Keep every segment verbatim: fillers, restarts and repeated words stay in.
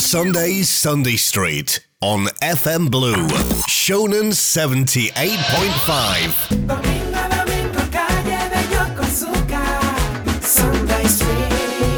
Sunday Sunday Street on エフエム Blue Shonen seventy-eight point five. Domingo a domingo calle de Yokosuka Sunday Street.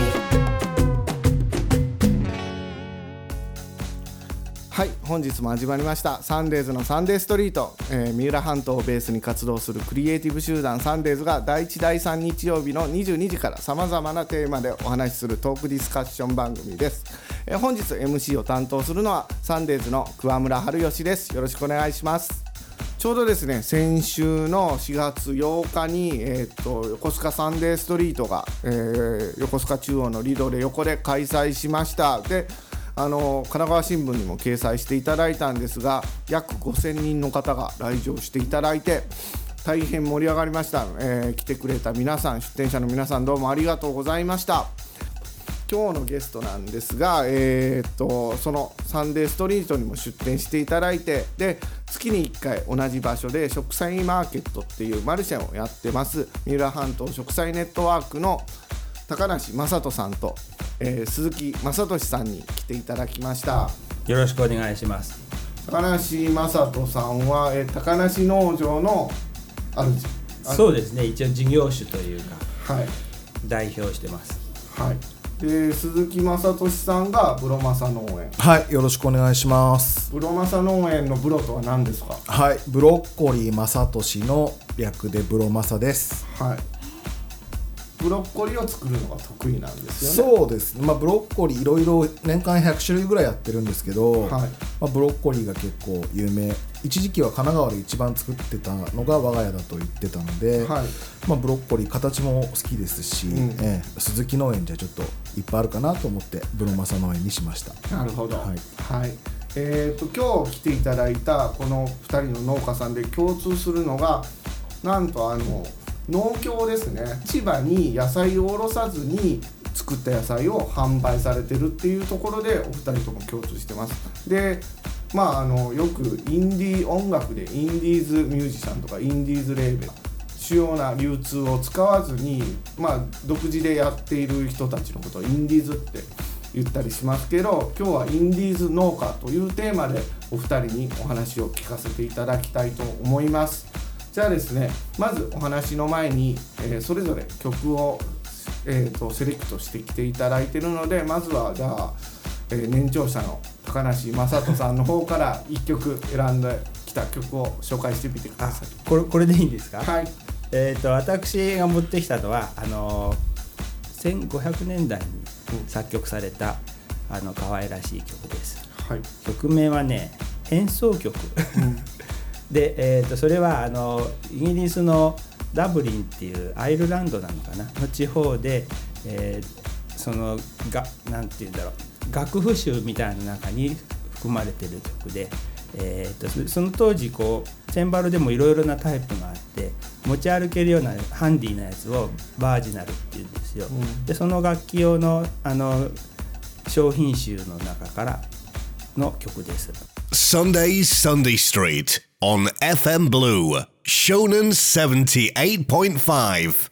はい、本日も始まりましたサンデーズのサンデーストリート、えー、三浦半島をベースに活動するクリエイティブ集団サンデーズがだいいちだいさん日曜日のにじゅうにじからさまざまなテーマでお話しするトークディスカッション番組です。えー、本日 エムシー を担当するのはサンデーズの桑村春吉です。よろしくお願いします。ちょうどですね、先週のしがつようかに、えー、と横須賀サンデーストリートが、えー、横須賀中央のリドレ横で開催しました。であの神奈川新聞にも掲載していただいたんですが、約ごせんにんの方が来場していただいて大変盛り上がりました。えー、来てくれた皆さん、出展者の皆さん、どうもありがとうございました。今日のゲストなんですが、えー、っとそのサンデーストリートにも出展していただいて、で月にいっかい同じ場所で食材マーケットっていうマルシェをやってます三浦半島食材ネットワークの高梨正人さんと、えー、鈴木正俊さんに来ていただきました。 よろしくお願いします。 高梨正人さんは、えー、高梨農場の主。 そうですね、一応事業主というか、 はい、 代表してます。 はい。で鈴木正俊さんがブロマサ農園。 はい、よろしくお願いします。 ブロマサ農園のブロとは何ですか？ はい、ブロッコリー正俊の略でブロマサです。 はい。ブロッコリーを作るのが得意なんですよね。 そうですね、まあ、ブロッコリーいろいろ年間ひゃくしゅるいぐらいやってるんですけど、はい、まあ、ブロッコリーが結構有名。一時期は神奈川で一番作ってたのが我が家だと言ってたので、はい、まあ、ブロッコリー形も好きですし、うん、えー、鈴木農園じゃちょっといっぱいあるかなと思ってブロマサ農園にしました。 なるほど、 はいはい。えー、と今日来ていただいたこのふたりの農家さんで共通するのが、なんとあの農協ですね。市場に野菜を卸さずに作った野菜を販売されてるっていうところでお二人とも共通してます。でまあ、あのよくインディー音楽でインディーズミュージシャンとかインディーズレーベル、主要な流通を使わずに、まあ、独自でやっている人たちのことをインディーズって言ったりしますけど、今日はインディーズ農家というテーマでお二人にお話を聞かせていただきたいと思います。じゃあですね、まずお話の前に、えー、それぞれ曲を、えー、とセレクトしてきていただいているので、まずはじゃあ、えー、年長者の高梨正人さんの方からいっきょく選んできた曲を紹介してみてください。 これ、これでいいんですか？ はい。 えーと、私が持ってきたのはあのせんごひゃくねんだいに作曲された、うん、あの可愛らしい曲です。はい。曲名はね、演奏曲、うん、で、えーと、それはあのイギリスのダブリンっていうアイルランドなのかなの地方で、えー、そのがなんていうんだろう、楽譜集みたいな中に含まれている曲で、えー、とその当時こうチェンバロでもいろいろなタイプがあって、持ち歩けるようなハンディなやつをバージナルっていうんですよ。うん、でその楽器用のあの商品集の中からの曲です。 Sunday Sunday Street on エフエム Blue Shonen seventy-eight point five.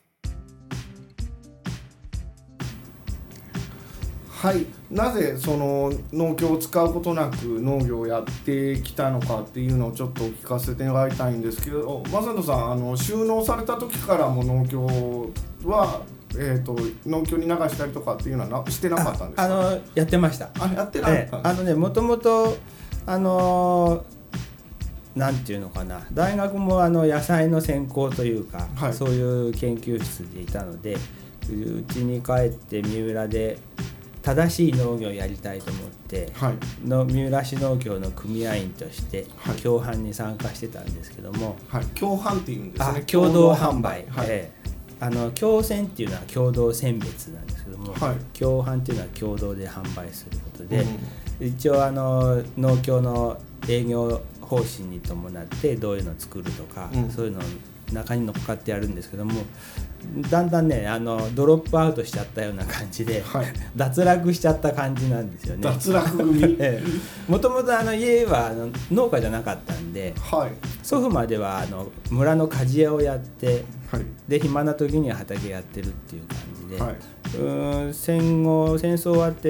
はい。なぜその農協を使うことなく農業をやってきたのかっていうのをちょっとお聞かせてもらいたいんですけど、正人さん、あの就農された時からも農協は、えー、と農協に流したりとかっていうのはなしてなかったんですか？ ああのやってました。 あ、やってなかったんですか？ ええ、あのね、もともとあのなんていうのかな、大学もあの野菜の専攻というか、はい、そういう研究室でいたので、うちに帰って三浦で正しい農業をやりたいと思って、はい、の三浦市農協の組合員として共販に参加してたんですけども、 はい、共販っていうんですね。 共同販売、はい、ええ、あの共選っていうのは共同選別なんですけども、はい、共販っていうのは共同で販売することで、うん、一応あの農協の営業方針に伴ってどういうのを作るとか、うん、そういうのを中に乗っかってやるんですけども、だんだんね、あのドロップアウトしちゃったような感じで、はい、脱落しちゃった感じなんですよね。 脱落組もともと家はあの農家じゃなかったんで、はい、祖父まではあの村の鍛冶屋をやって、はい、で暇な時には畑やってるっていう感じで、はい、うーん戦後戦争終わって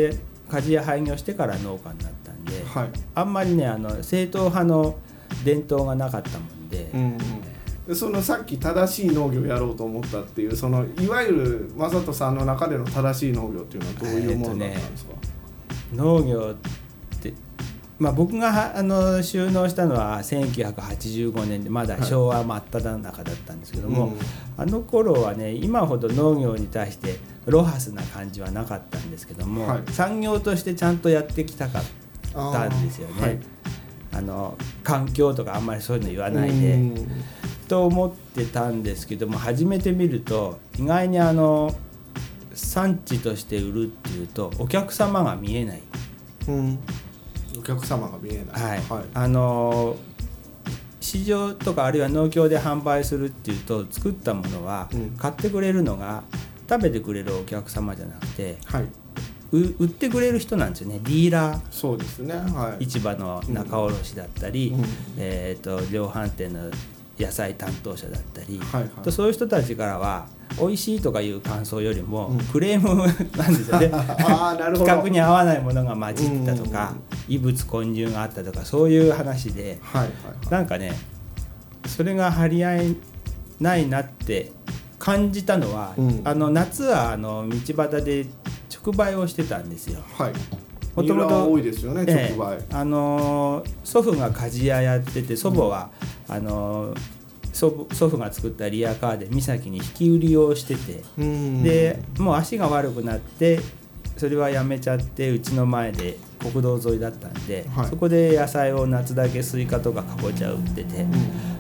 鍛冶屋廃業してから農家になったんで、 はい、 あんまりねあの正統派の伝統がなかったもんで、 うんうん、でそのさっき正しい農業をやろうと思ったっていうそのいわゆる正人さんの中での正しい農業っていうのはどういうものだったんですか？ えーとね、農業って、まあ、僕があの就農したのはせんきゅうひゃくはちじゅうごねんでまだ昭和真っ只中だったんですけども、はい、うん、あの頃はね今ほど農業に対してロハスな感じはなかったんですけども、はい、産業としてちゃんとやってきたかったんですよね。あ、はい、あの環境とかあんまりそういうの言わないで、うん、と思ってたんですけども、初めて見ると意外にあの産地として売るっていうとお客様が見えない、 うん、お客様が見えない、 はいはい、あの市場とかあるいは農協で販売するっていうと作ったものは買ってくれるのが食べてくれるお客様じゃなくて、はい、売ってくれる人なんですよね。ディーラー、 そうですね、はい、 市場の仲卸だったり、 うん、 えー、と量販店の野菜担当者だったり、 はいはい、 とそういう人たちからは美味しいとかいう感想よりも、うん、クレームなんですよね。 あ、なるほど。 規格に合わないものが混じったとか、うん、異物混入があったとかそういう話で、はいはいはい、なんかねそれが張り合いないなって感じたのは、うん、あの夏はあの道端で直売をしてたんですよ。 はい、もともと多いですよね、直売、 ええ、あの祖父が鍛冶屋やってて、祖母は、うん、あの祖父、祖父が作ったリヤカーで三崎に引き売りをしてて、うん、でもう足が悪くなってそれはやめちゃって、うちの前で国道沿いだったんで、はい、そこで野菜を夏だけスイカとかかぼちゃ売ってて、うん、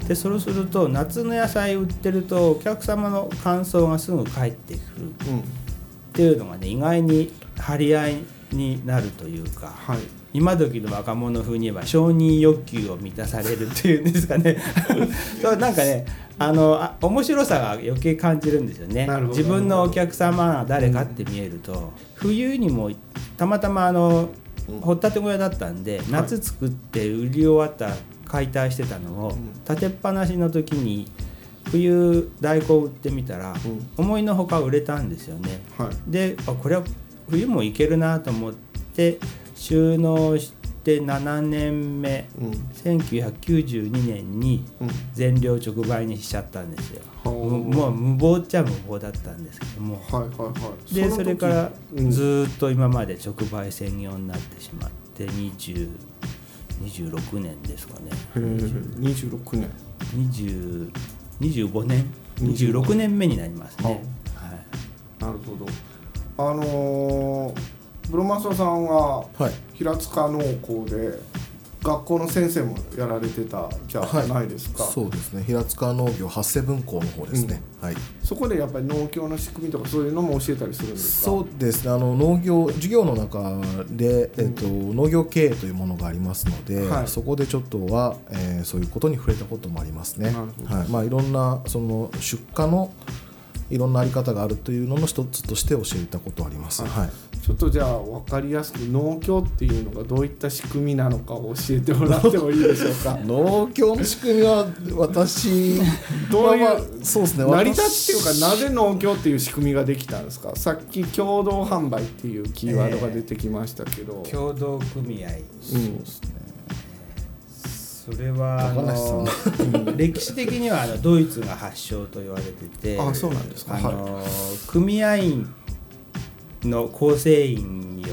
でそうすると夏の野菜売ってるとお客様の感想がすぐ返ってくる、うん、っていうのがね意外に張り合いになるというか、はい、今時の若者風に言えば承認欲求を満たされるっていうんですかねそうなんかねあのあ面白さが余計感じるんですよね。自分のお客様が誰かって見えると、うん、冬にもたまたまあの掘ったて小屋だったんで、夏作って売り終わった解体してたのを立てっぱなしの時に冬大根売ってみたら、うん、思いのほか売れたんですよね、はい、であこれは冬もいけるなと思って就農してななねんめ、うん、せんきゅうひゃくきゅうじゅうにねんに全量直売にしちゃったんですよ、うん、もう無謀っちゃ無謀だったんですけども、 はいはいはい、 で そ, それからずっと今まで直売専業になってしまってにじゅう、にじゅうろくねんですかね。 にじゅうろくねんにじゅう、にじゅうごねんにじゅうろくねんめになりますね、はい、 なるほど。あのー、ブロマスオさんは平塚農工で学校の先生もやられてたじゃないですか、 はい、そうですね。平塚農業発生分校の方ですね、うん、はい、 そこでやっぱり農協の仕組みとかそういうのも教えたりするんですか？ そうですね。あの農業授業の中で、えっと、うん、農業経営というものがありますので、はい、そこでちょっとは、えー、そういうことに触れたこともありますね。はい、まあ、いろんなその出荷のいろんなあり方があるというのの一つとして教えたことはあります、はいはい、 ちょっとじゃあ分かりやすく農協っていうのがどういった仕組みなのかを教えてもらってもいいでしょうか？ 農協の仕組みは私どういう、まあまあ、 そうですね、 成り立ちっていうかなぜ農協っていう仕組みができたんですか？さっき共同販売っていうキーワードが出てきましたけど、 えー、共同組合、 そうですね、 それはあの歴史的にはあのドイツが発祥と言われてて、 あ、そうなんですか。 あの、はい、組合員の構成員によって、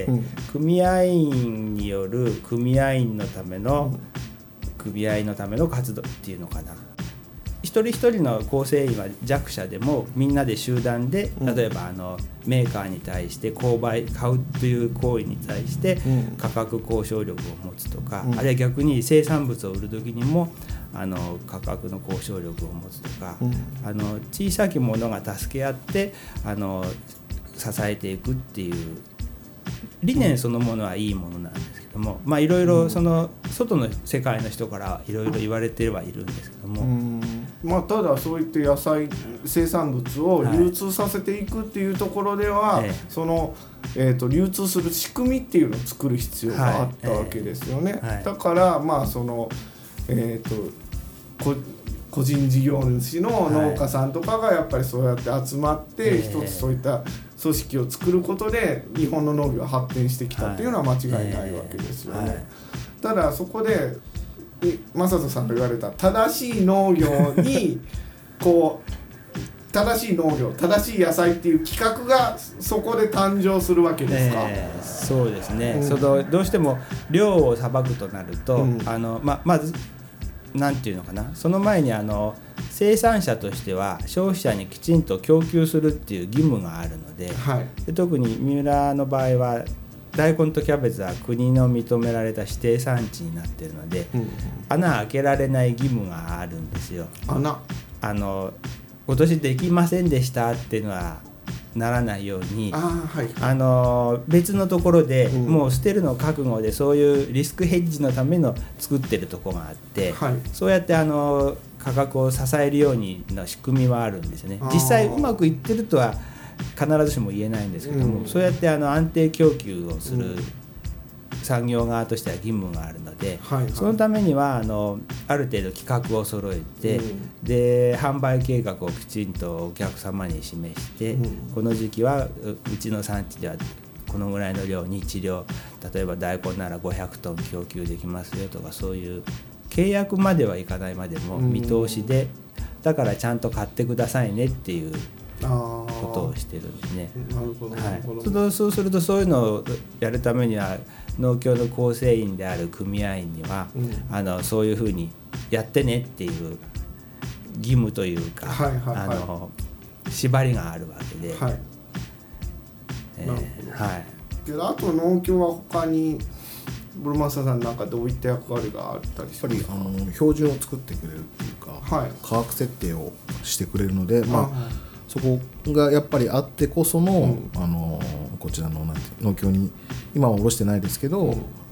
うん、組合員による組合員のための、うん、組合のための活動っていうのかな。一人一人の構成員は弱者でもみんなで集団で、例えばあのメーカーに対して購買買うという行為に対して価格交渉力を持つとか、うん、あるいは逆に生産物を売る時にもあの価格の交渉力を持つとか、うん、あの小さき者が助け合ってあの支えていくっていう理念そのものはいいものなんですけども、まあいろいろその外の世界の人からいろいろ言われてはいるんですけども、うん、 まあ、ただそういった野菜生産物を流通させていくっていうところでは、はい、その、えーと、流通する仕組みっていうのを作る必要があったわけですよね、はいはい、だからまあその、えーと、こ個人事業主の農家さんとかがやっぱりそうやって集まって一つそういった組織を作ることで日本の農業が発展してきたっていうのは間違いないわけですよね。ただそこで正人さんが言われた正しい農業にこう正しい農業正しい野菜っていう企画がそこで誕生するわけですか。 えー、そうですね、 うん、 そのどうしても量をさばくとなると、うん、あのま、まずなんていうのかな、その前にあの生産者としては消費者にきちんと供給するっていう義務があるので、はい、で特に三浦の場合は大根とキャベツは国の認められた指定産地になっているので、うんうん、穴開けられない義務があるんですよ。 穴あの今年できませんでしたっていうのはならないように、あ、はい、あの別のところで、うん、もう捨てるの覚悟でそういうリスクヘッジのための作ってるところがあって、はい、そうやってあの価格を支えるようにの仕組みはあるんですよね。実際うまくいってるとは必ずしも言えないんですけども、うん、そうやってあの安定供給をする、うん、産業側としては義務があるので、はいはい、そのためにはあのある程度企画を揃えて、うん、で販売計画をきちんとお客様に示して、うん、この時期はうちの産地ではこのぐらいの量日量、例えば大根ならごひゃくトン供給できますよとか、そういう契約まではいかないまでも見通しで、うん、だからちゃんと買ってくださいねっていうことをしてるんですね。 なるほど、なるほど。 はい、そうするとそういうのをやるためには農協の構成員である組合員には、うん、あのそういうふうにやってねっていう義務というか、はいはいはい、あの縛りがあるわけで、はい、 えー、はい、けどあと農協は他にブルマスターさんなんかどういった役割があったりしますか？ やっぱりあの標準を作ってくれるっていうか、はい、価格設定をしてくれるので、まあ、はい、そこがやっぱりあってこその、うん、あのこちらの農協に今は卸してないですけど、うん、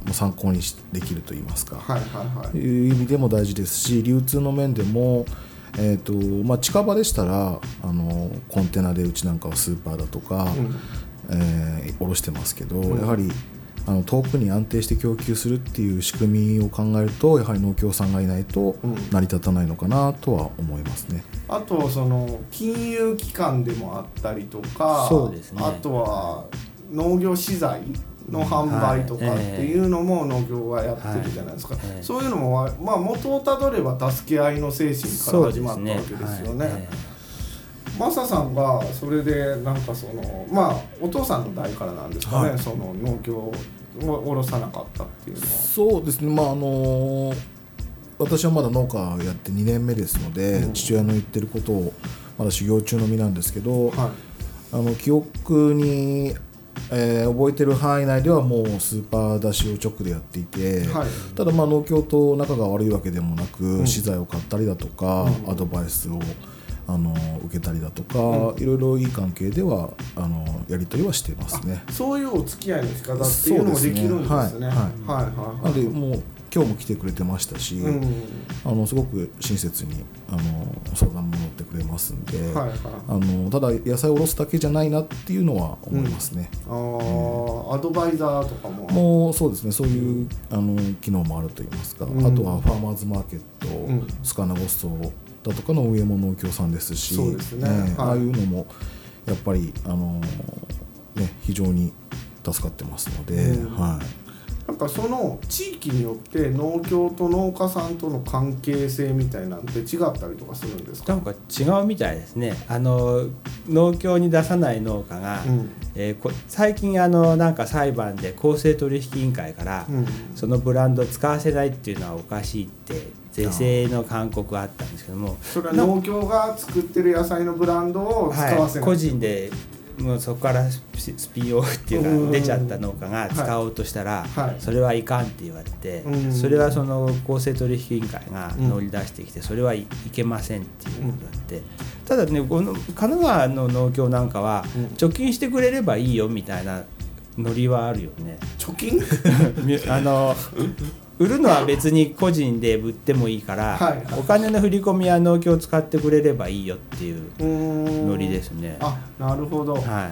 参考にできるといいますか、はいはいはい、いう意味でも大事ですし、流通の面でも、えーとまあ、近場でしたらあのコンテナでうちなんかはスーパーだとか、うん、えー、卸してますけど、うん、やはりあの遠くに安定して供給するっていう仕組みを考えると、やはり農協さんがいないと成り立たないのかなとは思いますね。 うん、あとその金融機関でもあったりとか、 そうですね、 あとは農業資材の販売とかっていうのも農協がやってるじゃないですか、はい、えー、そういうのも、まあ、元をたどれば助け合いの精神から始まったわけですよね。マサさんがそれでなんかそのまあお父さんの代からなんですかね、はい、その農協を下ろさなかったっていうのは。 そうですね、まああの私はまだ農家やってにねんめですので、うん、父親の言ってることをまだ修行中の身なんですけど、はい、あの記憶に、えー、覚えてる範囲内ではもうスーパー出しを直でやっていて、はい、ただまあ農協と仲が悪いわけでもなく、うん、資材を買ったりだとか、うん、アドバイスをあの受けたりだとか、うん、いろいろいい関係ではあのやり取りはしていますね。 そういうお付き合いの仕方っていうのもできるんですね。なのでもう今日も来てくれてましたし、うん、あのすごく親切にあの相談も乗ってくれますんで、はいはい、あのただ野菜をおろすだけじゃないなっていうのは思いますね。 うん、あうん、アドバイザーとかももうそうですね、そういう、うん、あの機能もあるといいますか、うん、あとはファーマーズマーケット、うん、スカナゴストだとかの上も農協さんですし、 そうですね、 ね、はい、ああいうのもやっぱりあの、ね、非常に助かってますので、うん、はい、 なんかその地域によって農協と農家さんとの関係性みたいなんて違ったりとかするんですか？ なんか違うみたいですね。あの農協に出さない農家が、うん、えー、こ最近あのなんか裁判で公正取引委員会から、うん、そのブランドを使わせないっていうのはおかしいって是正の勧告があったんですけども、 それは農協が作ってる野菜のブランドを使わせない、 はい、個人でもうそこからスピンオフっていうか出ちゃった農家が使おうとしたら、はい、それはいかんって言われて、それはその公正取引委員会が乗り出してきて、それはいけませんっていうことだって、ただね、この神奈川の農協なんかは貯金してくれればいいよみたいなノリはあるよね。 貯金あの売るのは別に個人で売ってもいいから、はいはい、お金の振り込みは農協を使ってくれればいいよっていうノリですね。 あ、なるほど、はい、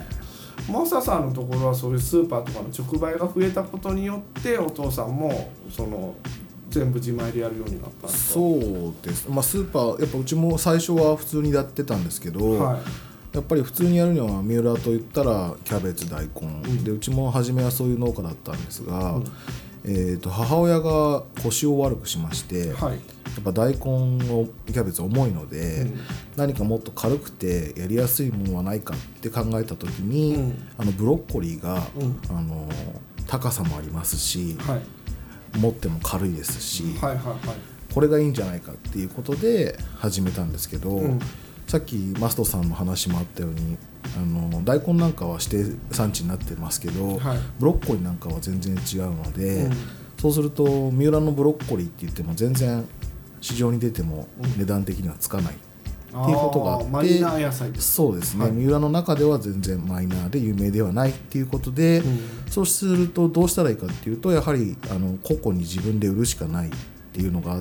マサさんのところはそういうスーパーとかの直売が増えたことによってお父さんもその全部自前でやるようになったんですか？ そうです、まあ、スーパーやっぱうちも最初は普通にやってたんですけど、はい、やっぱり普通にやるには三浦といったらキャベツ大根、うん、でうちも初めはそういう農家だったんですが、うん、えー、と母親が腰を悪くしまして、はい、やっぱ大根をキャベツ重いので、うん、何かもっと軽くてやりやすいものはないかって考えた時に、うん、あのブロッコリーが、うん、あの高さもありますし、はい、持っても軽いですし、はいはいはい、これがいいんじゃないかっていうことで始めたんですけど、うん、さっきマストさんの話もあったようにあの大根なんかは指定産地になってますけど、はい、ブロッコリーなんかは全然違うので、うん、そうすると三浦のブロッコリーって言っても全然市場に出ても値段的にはつかない、うん、っていうことがあって、 マイナー野菜です。 そうですね、はい、三浦の中では全然マイナーで有名ではないっていうことで、うん、そうするとどうしたらいいかっていうとやはりあの個々に自分で売るしかないっていうのがあって、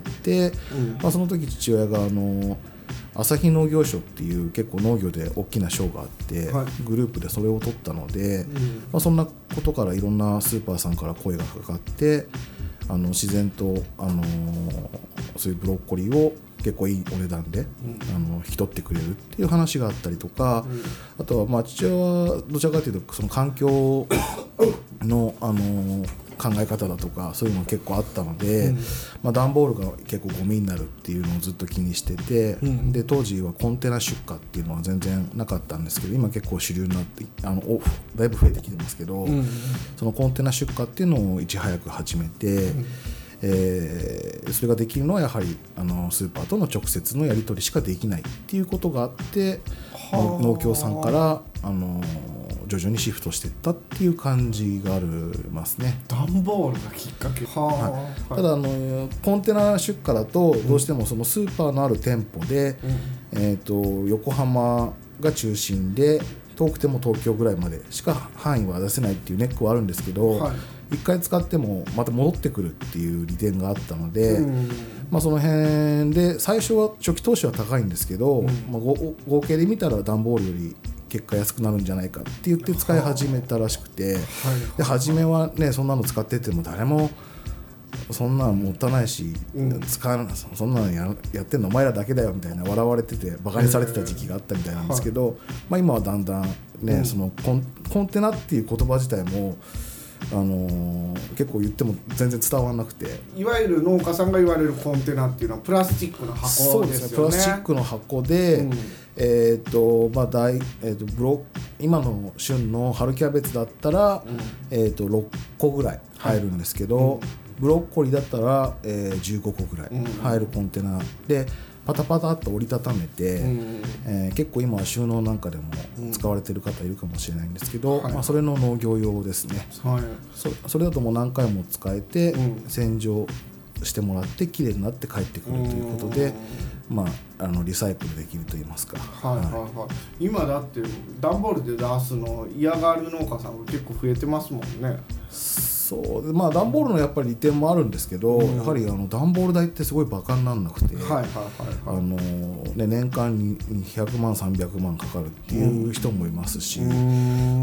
うん、まあ、その時父親があの朝日農業賞っていう結構農業で大きな賞があって、はい、グループでそれを取ったので、うん、まあ、そんなことからいろんなスーパーさんから声がかかってあの自然と、あのー、そういうブロッコリーを結構いいお値段で、うん、あの引き取ってくれるっていう話があったりとか、うん、あとはまあ父親はどちらかというとその環境の、あのー考え方だとかそういうのが結構あったので、うん、まあ、段ボールが結構ゴミになるっていうのをずっと気にしてて、うん、で当時はコンテナ出荷っていうのは全然なかったんですけど今結構主流になってあのだいぶ増えてきてますけど、うん、そのコンテナ出荷っていうのをいち早く始めて、うん、えー、それができるのはやはりあのスーパーとの直接のやり取りしかできないっていうことがあって農協さんからあの徐々にシフトしていったっていう感じがありますね。 段ボールがきっかけ、 はい、ただあのコンテナ出荷だとどうしてもそのスーパーのある店舗で、うん、えーと、横浜が中心で遠くても東京ぐらいまでしか範囲は出せないっていうネックはあるんですけど、はい、いっかい使ってもまた戻ってくるっていう利点があったので、うん、まあ、その辺で最初は初期投資は高いんですけど、うん、まあ、合計で見たら段ボールより結果安くなるんじゃないかって言って使い始めたらしくて、で初めはねそんなの使ってても誰もそんなのもったいないし、うん、使わそんなの や, やってんのお前らだけだよみたいな笑われててバカにされてた時期があったみたいなんですけど、はい、まあ、今はだんだんね、うん、そのコ ン, コンテナっていう言葉自体もあのー、結構言っても全然伝わらなくて、 いわゆる農家さんが言われるコンテナっていうのはプラスチックの箱ですよね。そうですね、 プラスチックの箱で、うん、えーとまあ大えー、とブロ今の旬の春キャベツだったら、うん、えー、とろっこぐらい入るんですけど、はい、うん、ブロッコリーだったら、えー、じゅうごこぐらい入るコンテナでパタパタっと折りたためて、うん、えー、結構今は収納なんかでも使われてる方いるかもしれないんですけど、うん、まあ、それの農業用ですね、はい、そ, それだともう何回も使えて、うん、洗浄してもらってきれいになって帰ってくるということで、まあ、あのリサイクルできるといいますか、 はいはいはい、今だって段ボールで出すの嫌がる農家さんが結構増えてますもんね。 そうまあ、段ボールのやっぱり利点もあるんですけど、うん、やはりあの段ボール代ってすごいバカにならなくて、はいはいはいはい、あのね、年間ににひゃくまんさんびゃくまんかかるっていう人もいますし、うん、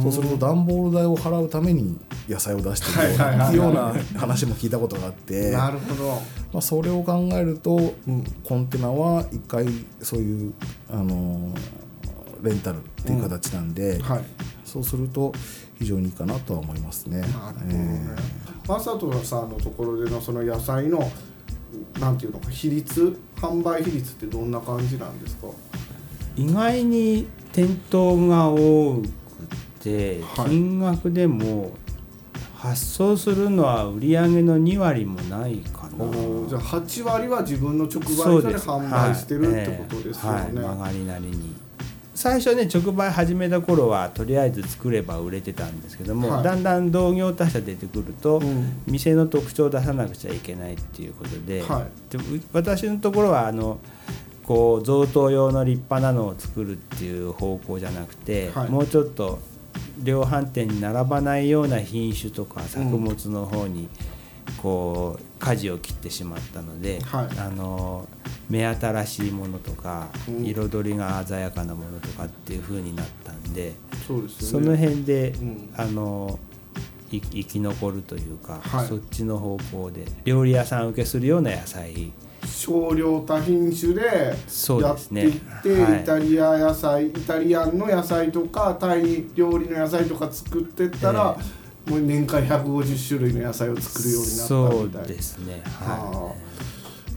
そうすると段ボール代を払うために野菜を出してるっていうような話も聞いたことがあってなるほど、 まあ、それを考えると、うん、コンテナはいっかいそういうあのレンタルっていう形なんで、うん、はい、そうすると非常にいいかなとは思いますね。なるほどね。 マサトさんのところでのその野菜のなんていうのか比率、販売比率ってどんな感じなんですか？ 意外に店頭が多くて、はい、金額でも発送するのは売り上げのにわりもないかな。 じゃあはちわりは自分の直売所で販売してるってことですよね。はい、えーはい、 曲がりなりに。最初ね直売始めた頃はとりあえず作れば売れてたんですけども、はい、だんだん同業他社出てくると、うん、店の特徴を出さなくちゃいけないっていうことで、はい、で私のところはあのこう贈答用の立派なのを作るっていう方向じゃなくて、はい、もうちょっと量販店に並ばないような品種とか作物の方にこう舵を切ってしまったので、はい、あの目新しいものとか、うん、彩りが鮮やかなものとかっていう風になったんで、そうですよね、その辺で、うん、あの生き残るというか、 はい、 そっちの方向で料理屋さん受けするような野菜、 少量多品種でやっていって、 ね、はい、 イタリア野菜イタリアンの野菜とかタイ料理の野菜とか作ってったら、えー、もう年間ひゃくごじゅっしゅるいの野菜を作るようになったみたいな。 そうですね、はい、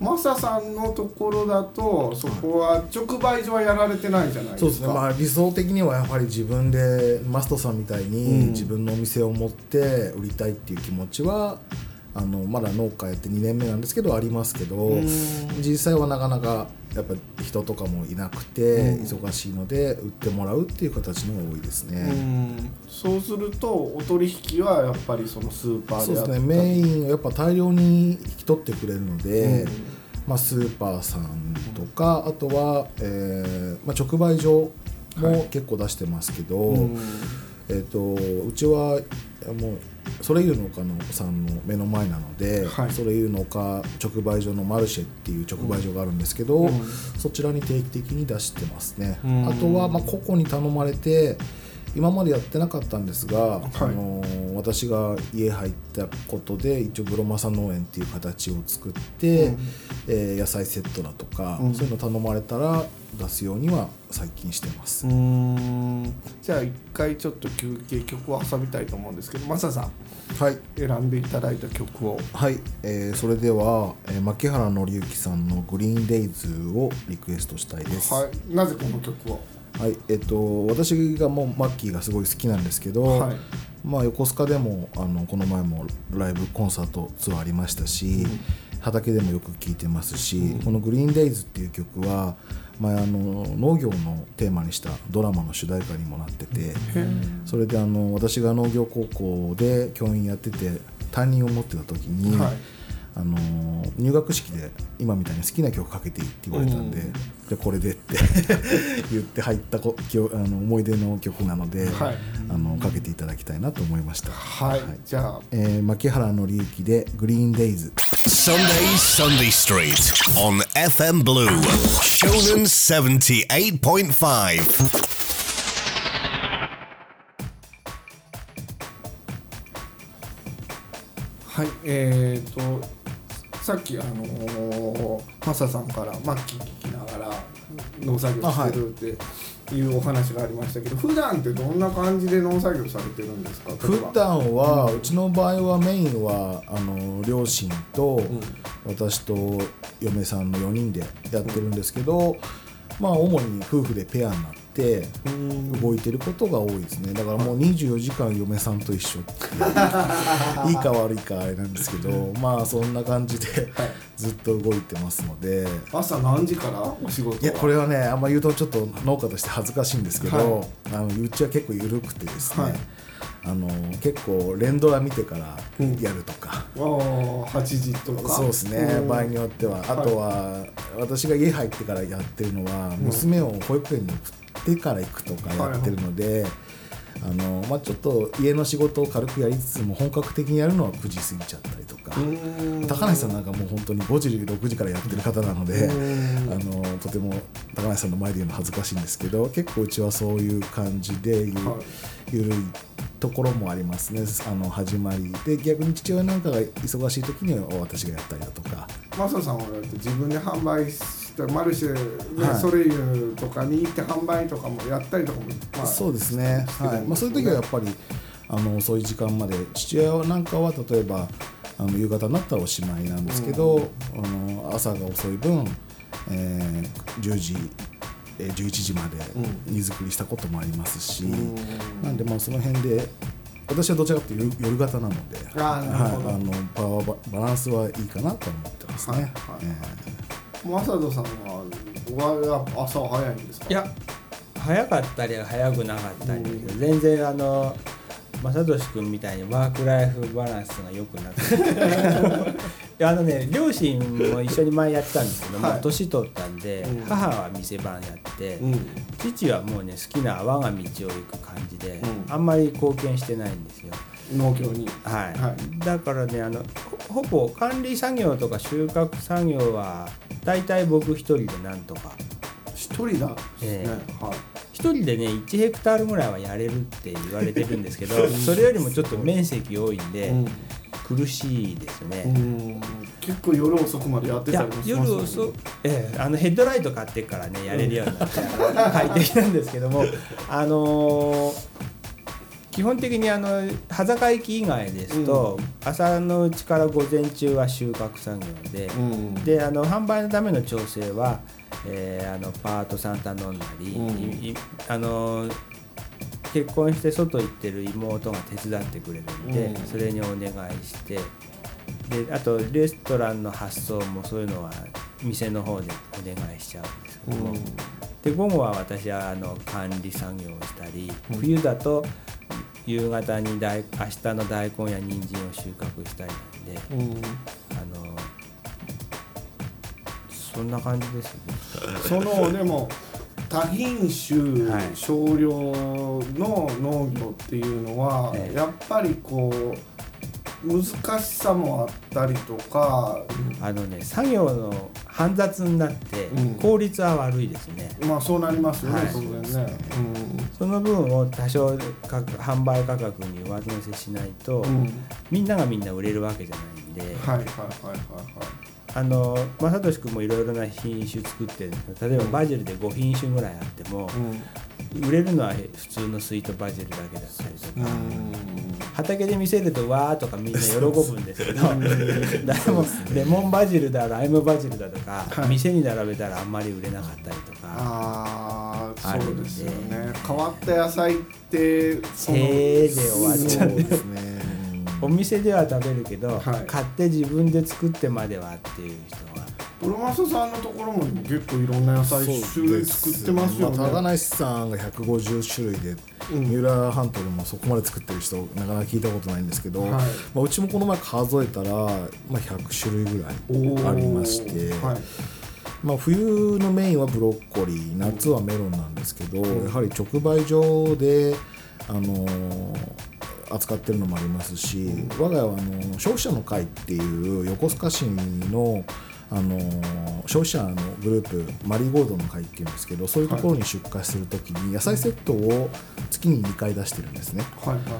マサさんのところだとそこは直売所はやられてないじゃないですか。 そうですね、まあ、理想的にはやはり自分でマストさんみたいに自分のお店を持って売りたいっていう気持ちは、あのまだ農家やってにねんめなんですけどありますけど、実際はなかなかやっぱ人とかもいなくて忙しいので売ってもらうっていう形のが多いですね。 うん、そうするとお取引はやっぱりそのスーパーでやったり、 そうですね、メインやっぱ大量に引き取ってくれるので、うん、まあ、スーパーさんとか、うん、あとは、えーまあ、直売所も結構出してますけど、はい、えー、とうちはもうソレイユ農家のさんの目の前なので、はい、ソレイユ農家直売所のマルシェっていう直売所があるんですけど、うん、そちらに定期的に出してますね。うん、あとはまあ個々に頼まれて今までやってなかったんですが、はい、あの私が家入ったことで一応ブロマサ農園っていう形を作って、うん、えー、野菜セットだとか、うん、そういうの頼まれたら出すようには最近してます。 うーん、じゃあ一回ちょっと休憩曲を挟みたいと思うんですけど、マサさん、はい、選んでいただいた曲を。 はい、えー、それでは、えー、牧原紀之さんのグリーンデイズをリクエストしたいです。 はい、なぜこの曲を。 はい、えっと、私がもうマッキーがすごい好きなんですけど、はい、まあ、横須賀でもあのこの前もライブコンサートツアーありましたし、うん、畑でもよく聴いてますし、うん、このグリーンデイズっていう曲は、まあ、あの農業のテーマにしたドラマの主題歌にもなってて、うん、それであの私が農業高校で教員やってて担任を持ってた時に、はい、あの入学式で今みたいに好きな曲かけていいって言われたんで、うん、じゃこれでって言って入ったこあの思い出の曲なので、はい、あのかけていただきたいなと思いました。 はい、はい、じゃあ、 えー、牧原紀之でグリーンデイズ。 Sunday Sunday Street on エフエム Blue Shonen セブンティーエイトポイントファイブ。 はい、えーとさっきあのー、マサさんからマッキー聞きながら農作業してるっていうお話がありましたけど、普段ってどんな感じで農作業されてるんですか？ 普段は、うん、うちの場合はメインはあの両親と、うん、私と嫁さんのよにんでやってるんですけど、うん、まあ主に夫婦でペアになって動いてることが多いですね。だからもうにじゅうよじかん嫁さんと一緒っていういいか悪いかあれなんですけど、まあそんな感じでずっと動いてますので。 朝何時からお仕事は？ いやこれはねあんま言うとちょっと農家として恥ずかしいんですけど、はい、あのうちは結構緩くてですね、はい、あの結構連ドラ見てからやるとか、 うん、はちじとか。 そうですね、場合によっては。あとは、はい、私が家入ってからやってるのは娘を保育園に送ってから行くとかやってるので、はいはい、あのまあ、ちょっと家の仕事を軽くやりつつも本格的にやるのはくじ過ぎちゃったりとか。高梨さんなんかもう本当にごじろくじからやってる方なので、あのとても高梨さんの前で言うの恥ずかしいんですけど、結構うちはそういう感じで ゆ,、はい、ゆるいところもありますね。あの始まりで逆に父親なんかが忙しい時には私がやったりだとか。 マサさんはだって自分で販売したマルシェで、はい、ソレイユとかに行って販売とかもやったりとかも、まあ、 そうですね、はい、まあ、そういう時はやっぱりあの遅い時間まで、父親なんかは例えばあの夕方になったらおしまいなんですけど、うん、あの朝が遅い分、えー、じゅうじじゅういちじまで荷造りしたこともありますし、うん、なんでまあその辺で私はどちらかというと夜型なので、あ、はい、あのパワー バ, バランスはいいかなと思ってますね。はいはい、 えー、マサドさんは朝早いんですか？ いや早かったり早くなかったり、うん、全然あの正俊君みたいにワークライフバランスが良くなってあのね、両親も一緒に前やってたんですけども、はい、年取ったんで、うん、母は店番やって、うん、父はもうね好きな我が道を行く感じで、うん、あんまり貢献してないんですよ、 農協に、 はいはい、だからねあの ほ, ほぼ管理作業とか収穫作業はだいたい僕一人でなんとか一人だ、 えーはい、一人でねいちヘクタールぐらいはやれるって言われてるんですけどそれよりもちょっと面積多いんで、うん、苦しいですね。うん、 結構夜遅くまでやってたりもしますね。 夜遅、ええ、あのヘッドライト買ってからねやれるようになって快適なんですけどもあのー基本的にあの端境期以外ですと、うん、朝のうちから午前中は収穫作業で、うん、であの販売のための調整は、えー、あのパートさん頼んだり、うん、あの結婚して外行ってる妹が手伝ってくれるんで、うん、それにお願いしてであとレストランの発送もそういうのは店の方でお願いしちゃうんですけども、うん、で午後は私はあの管理作業をしたり、うん、冬だと夕方に大明日の大根や人参を収穫したりなんで、うん、あのそんな感じですね。 そのでも多品種、はい、少量の農業っていうのは、ええ、やっぱりこう難しさもあったりとか、 あのね作業の煩雑になって効率は悪いですね、 うん、まあそうなりますよね、はい、当然ね、 うん、その分を多少販売価格に上乗せしないと、うん、みんながみんな売れるわけじゃないんで、 はいはいはいはいはいあの正俊君もいろいろな品種作ってるんですけど、例えばバジルでごひんしゅぐらいあっても、うん、売れるのは普通のスイートバジルだけだったりとか、畑で見せるとわーとかみんな喜ぶんですけど誰もレモンバジルだライムバジルだとか、はい、店に並べたらあんまり売れなかったりとかああそうですよね。変わった野菜ってその手で終わっちゃうんですねお店では食べるけど、はい、買って自分で作ってまではっていう人はプロマスさんのところも結構いろんな野菜種類作ってますよね。 まあ、高梨さんがひゃくごじゅっしゅるいで、うん、三浦半島でもそこまで作ってる人なかなか聞いたことないんですけど、はいまあ、うちもこの前数えたら、まあ、ひゃくしゅるいぐらいありまして、はいまあ、冬のメインはブロッコリー夏はメロンなんですけど、うん、やはり直売所であのー扱ってるのもありますし、うん、我が家はあの消費者の会っていう横須賀市の、あの消費者のグループマリーゴールドの会っていうんですけど、そういうところに出荷するときに野菜セットを月ににかい出してるんですね、はいはいはい、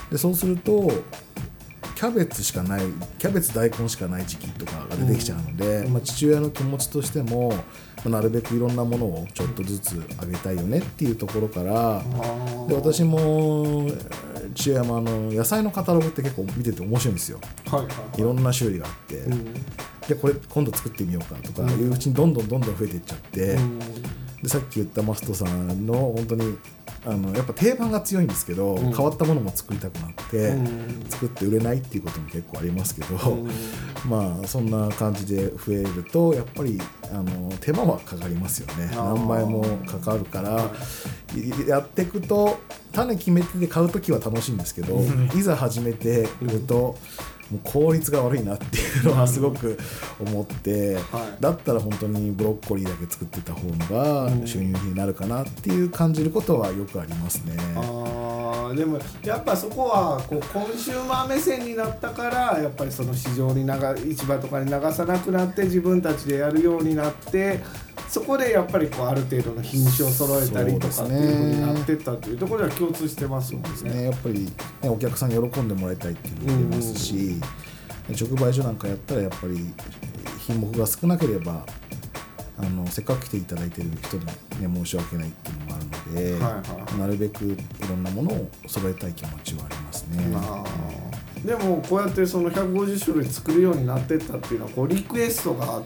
でそうするとキャベツしかないキャベツ大根しかない時期とかが出てきちゃうので、うんまあ、父親の気持ちとしてもなるべくいろんなものをちょっとずつあげたいよねっていうところからで私も父親もあの野菜のカタログって結構見てて面白いんですよ、はいはいはい、いろんな種類があって、うん、でこれ今度作ってみようかとかいううちにどんどんどんどん増えていっちゃって、うん、でさっき言ったマストさんの本当にあのやっぱ定番が強いんですけど、うん、変わったものも作りたくなって、うん、作って売れないっていうことも結構ありますけど、うん、まあそんな感じで増えるとやっぱりあの手間はかかりますよね。何倍もかかるからやっていくと種決めて買うときは楽しいんですけど、うん、いざ始めて売ると、もう効率が悪いなっていうのはすごく思って、はい、だったら本当にブロッコリーだけ作ってた方が収入になるかなっていう感じることはよくありますね。 あでもやっぱそこはこうコンシューマー目線になったからやっぱりその市場に流市場とかに流さなくなって自分たちでやるようになってそこでやっぱりこうある程度の品種を揃えたりとかっていう風になってったっていうところでは共通してますもんね。 そうですね。やっぱり、ね、お客さんに喜んでもらいたいっていうのもありますし、うん、直売所なんかやったらやっぱり品目が少なければあのせっかく来ていただいている人に、ね、申し訳ないっていうのもあるので、はいはい、なるべくいろんなものを揃えたい気持ちはありますね。 でもこうやってそのひゃくごじゅっしゅるい作るようになってったっていうのはこうリクエストがあって、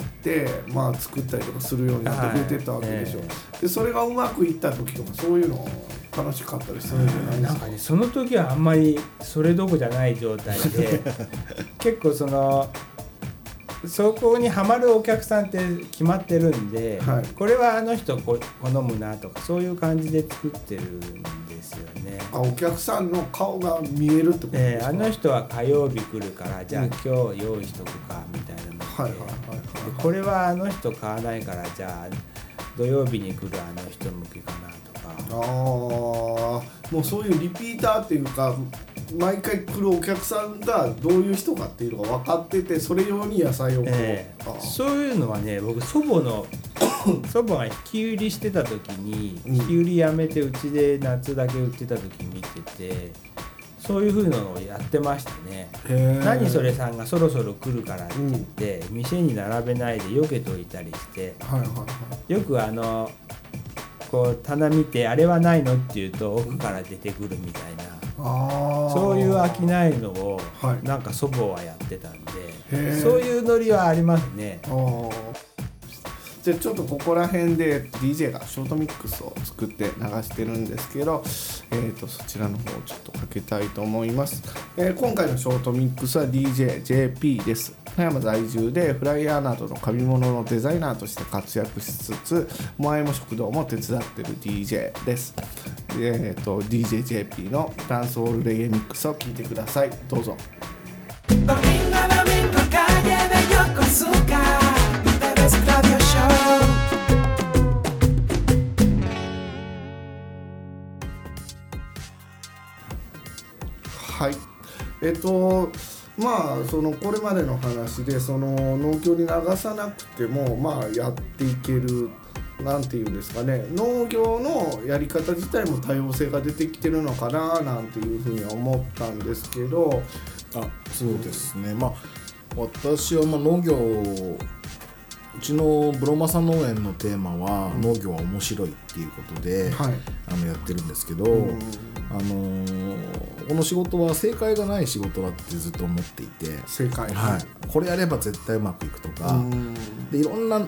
まあ、作ったりとかするようになって増えてったわけでしょ、はいえー、でそれがうまくいった時とかそういうの楽しかったりするんじゃないですか。 なんかねその時はあんまりそれどころじゃない状態で結構そのそこにハマるお客さんって決まってるんで、はい、これはあの人好むなとかそういう感じで作ってるんですよね。 あお客さんの顔が見えるってことですか。 えー、あの人は火曜日来るからじゃあ今日用意しとくかみたいなので、はいはいはいはい、これはあの人買わないからじゃあ土曜日に来るあの人向きかなとか。 あもうそういうリピーターっていうか毎回来るお客さんがどういう人かっていうのが分かってて、それ用に野菜をこう、 えー、そういうのはね、僕祖母の祖母が引き売りしてた時に、引き売りやめてうちで夏だけ売ってた時見てて、そういう風なのをやってましたね。何それさんがそろそろ来るからって言って、うん、店に並べないで避けといたりして、はいはいはい、よくあのこう棚見てあれはないのって言うと奥から出てくるみたいな、あそういう商いのをなんか祖母はやってたんで、はい、そういうノリはありますね。あじゃあちょっとここら辺で ディージェー がショートミックスを作って流してるんですけど、えー、とそちらの方をちょっとかけたいと思います。えー、今回のショートミックスは ディージェージェーピー です。富山在住でフライヤーなどの紙物のデザイナーとして活躍しつつ、モアイモ食堂も手伝ってる ディージェー です。えー、と ディージェージェーピー のダンスホールレゲエミックスを聴いてください。どうぞ。 Domingo, domingo, calle de Yokosuka, Interés Radio Show. はい。えっとまあそのこれまでの話でその農協に流さなくてもまあやっていける。なんていうんですかね、農業のやり方自体も多様性が出てきてるのかななんていうふうに思ったんですけど。 あそうですね、まあ私はまあ農業、うちのブロマサ農園のテーマは農業は面白いっていうことで、はい、あのやってるんですけど、あのー、この仕事は正解がない仕事だってずっと思っていて、 正解、 はい、これやれば絶対うまくいくとかでいろんな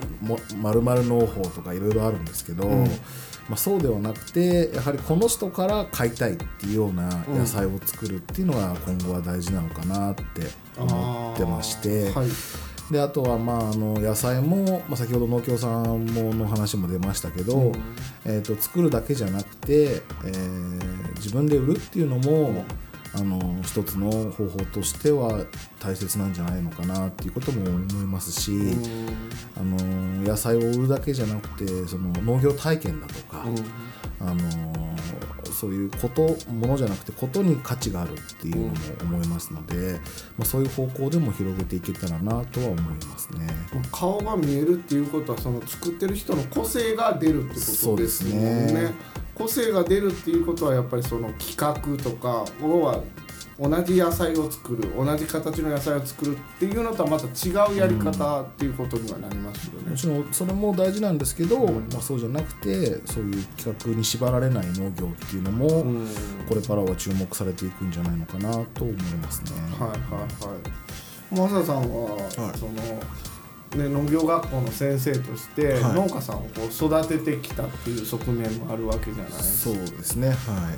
〇〇農法とかいろいろあるんですけど、うんまあ、そうではなくてやはりこの人から買いたいっていうような野菜を作るっていうのが今後は大事なのかなって思ってまして、あ、はい、であとはまああの野菜も、まあ、先ほど農協さんもの話も出ましたけど、うんえー、と作るだけじゃなくて、えー、自分で売るっていうのもあの一つの方法としては大切なんじゃないのかなっていうことも思いますし、うん、あの野菜を売るだけじゃなくてその農業体験だとか、うん、あのそういうことものじゃなくてことに価値があるっていうのも思いますので、うんまあ、そういう方向でも広げていけたらなとは思いますね。 顔が見えるっていうことはその作ってる人の個性が出るってことですもんね。そうですね。個性が出るっていうことはやっぱりその企画とか要は同じ野菜を作る同じ形の野菜を作るっていうのとはまた違うやり方っていうことにはなりますよね、うん、 もちろんそれも大事なんですけど、うんまあ、そうじゃなくてそういう企画に縛られない農業っていうのも、うん、これからは注目されていくんじゃないのかなと思いますね。 はいはいはい。マサさんは、はい、そのね、農業学校の先生として農家さんをこう育ててきたっていう側面もあるわけじゃないですか。 そうですね、はい、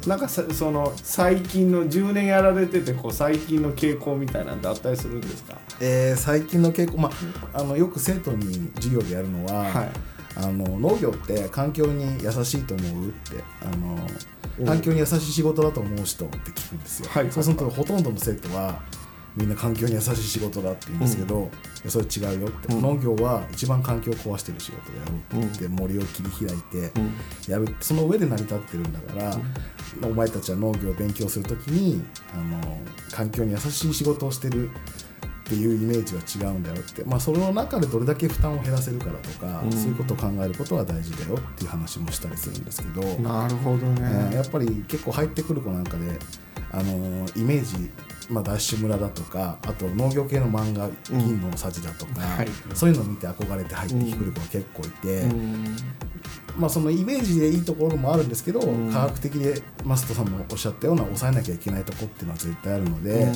なんかその最近のじゅうねんやられててこう最近の傾向みたいなのってあったりするんですか？ えー、最近の傾向、まあ、あのよく生徒に授業でやるのは、はい、あの農業って環境に優しいと思うってあの環境に優しい仕事だと思う人って聞くんですよ、はい、そうするとほとんどの生徒はみんな環境に優しい仕事だって言うんですけど、うん、それ違うよって、うん、農業は一番環境を壊してる仕事だよって言って、うん、森を切り開いてやる、その上で成り立ってるんだから、うん、お前たちは農業を勉強するときにあの環境に優しい仕事をしてるっていうイメージは違うんだよって、まあ、その中でどれだけ負担を減らせるからとか、うん、そういうことを考えることが大事だよっていう話もしたりするんですけど、 なるほどね、 えー、やっぱり結構入ってくる子なんかであのイメージまあ、ダッシュ村だとかあと農業系の漫画銀のさじだとか、うんはい、そういうのを見て憧れて入ってくる子が結構いて、うんまあ、そのイメージでいいところもあるんですけど、うん、科学的でマストさんもおっしゃったような抑えなきゃいけないところっていうのは絶対あるので、うん、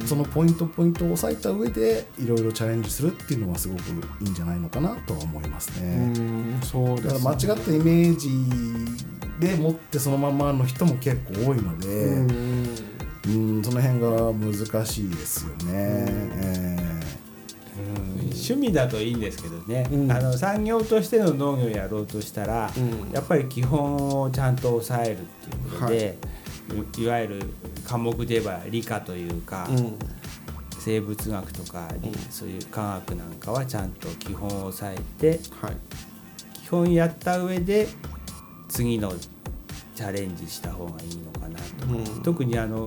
そのポイントポイントを抑えた上でいろいろチャレンジするっていうのはすごくいいんじゃないのかなとは思いますね。うん、そうですね。だから間違ったイメージで持ってそのままの人も結構多いので、うんうんその辺が難しいですよね、うんえーうん、趣味だといいんですけどね、うん、あの産業としての農業をやろうとしたら、うん、やっぱり基本をちゃんと抑えるっていうことで、はい、いわゆる科目で言えば理科というか、うん、生物学とか、うん、そういう科学なんかはちゃんと基本を抑えて、はい、基本やった上で次のチャレンジした方がいいのかなと、うん、特にあの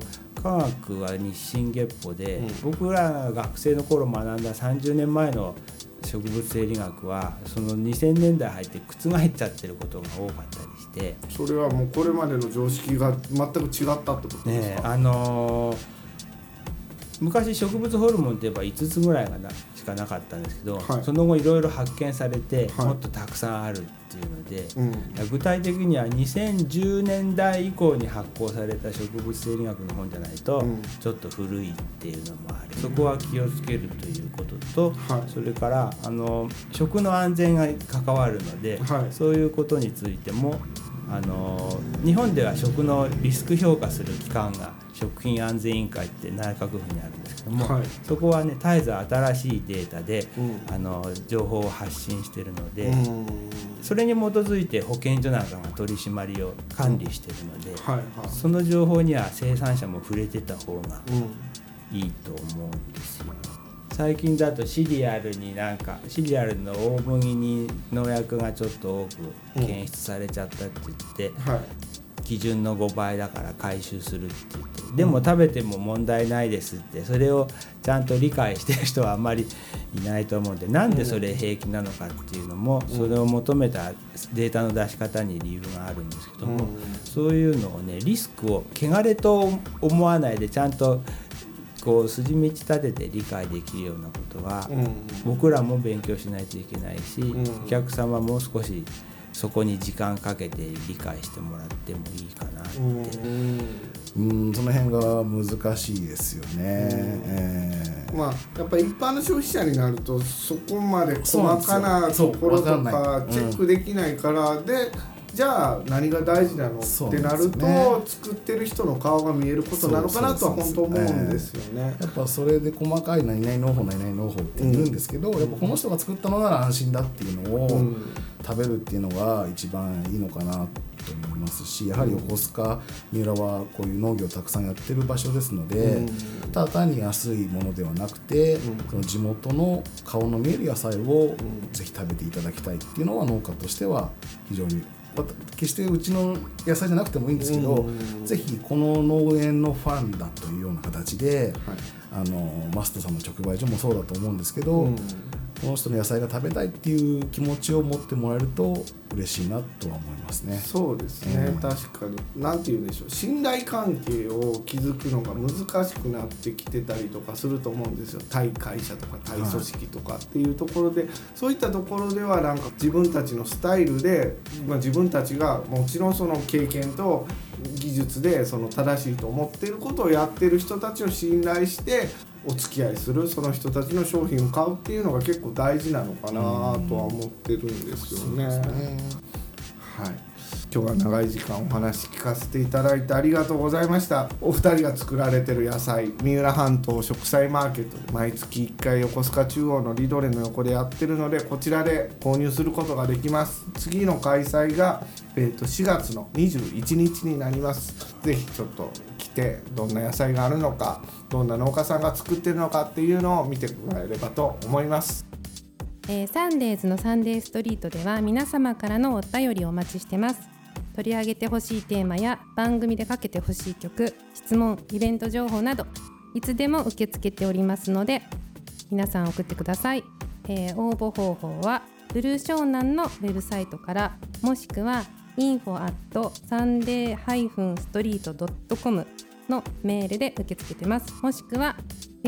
科学は日進月歩で、うん、僕らが学生の頃学んださんじゅうねんまえの植物生理学はそのにせんねんだい入って覆っちゃってることが多かったりして、 それはもうこれまでの常識が全く違ったってことですか？ ね、あのー、昔植物ホルモンって言えばいつつぐらいがなしかなかったんですけど、はい、その後いろいろ発見されて、はい、もっとたくさんあるっていうので、うん、具体的にはにせんじゅうねんだい以降に発行された植物生理学の本じゃないとちょっと古いっていうのもあり、そこは気をつけるということと、はい、それからあの食の安全が関わるので、はい、そういうことについてもあの日本では食のリスク評価する機関が食品安全委員会って内閣府にあるんですけども、はい、そこはね絶えず新しいデータで、うん、あの情報を発信しているので、うん、それに基づいて保健所なんかが取り締まりを管理しているので、うんはいはい、その情報には生産者も触れてた方がいいと思うんですよ。最近だとシリアルになんかシリアルの大麦に農薬がちょっと多く検出されちゃったって言って、うんはい、基準のごばいだから回収するって言って、でも食べても問題ないですって、それをちゃんと理解してる人はあんまりいないと思うんで、なんでそれ平気なのかっていうのも、それを求めたデータの出し方に理由があるんですけども、そういうのをねリスクを汚れと思わないでちゃんとこう筋道立てて理解できるようなことは、うん、僕らも勉強しないといけないし、うん、お客様も少しそこに時間かけて理解してもらってもいいかなって、 うん、うんその辺が難しいですよね、うんえー、まあやっぱり一般の消費者になるとそこまで細かなところとかチェックできないからで、じゃあ何が大事なのってなると、ね、作ってる人の顔が見えることなのかなとは本当思うんですよね。 やっぱそれで細かい何々農法何々農法って言うんですけど、うん、やっぱこの人が作ったのなら安心だっていうのを食べるっていうのが一番いいのかなと思いますし、やはり横須賀三浦はこういう農業をたくさんやってる場所ですので、うん、ただ単に安いものではなくて、うん、その地元の顔の見える野菜をぜひ食べていただきたいっていうのは農家としては非常に決してうちの野菜じゃなくてもいいんですけど、うん、ぜひこの農園のファンだというような形で、はい、あのマストさんの直売所もそうだと思うんですけど、うん、この人の野菜が食べたいっていう気持ちを持ってもらえると嬉しいなとは思いますね。 そうですね、うん、確かになんて言うんでしょう、信頼関係を築くのが難しくなってきてたりとかすると思うんですよ。対会社とか対組織とかっていうところで、はい、そういったところではなんか自分たちのスタイルで、まあ、自分たちがもちろんその経験と技術でその正しいと思っていることをやってる人たちを信頼してお付き合いする、その人たちの商品を買うっていうのが結構大事なのかなとは思ってるんですよね。そうですね。はい。今日は長い時間お話聞かせていただいてありがとうございました。お二人が作られてる野菜、三浦半島食材マーケットで毎月いっかい横須賀中央のリドレの横でやってるので、こちらで購入することができます。次の開催が、えーと、しがつのにじゅういちにちになります。ぜひちょっと来てどんな野菜があるのか、どんな農家さんが作ってるのかっていうのを見てもらえればと思います。 えー、サンデーズのサンデーストリートでは皆様からのお便りをお待ちしてます。取り上げてほしいテーマや番組でかけてほしい曲、質問、イベント情報などいつでも受け付けておりますので皆さん送ってください。えー、応募方法はブルー湘南のウェブサイトから、もしくは インフォ アット サンデー ストリート ドット コム のメールで受け付けてます。もしくは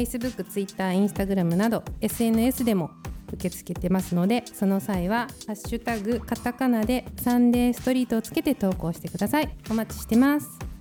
Facebook、Twitter、Instagram など エスエヌエス でも受け付けてますので、その際はハッシュタグカタカナでサンデーストリートをつけて投稿してください。お待ちしてます。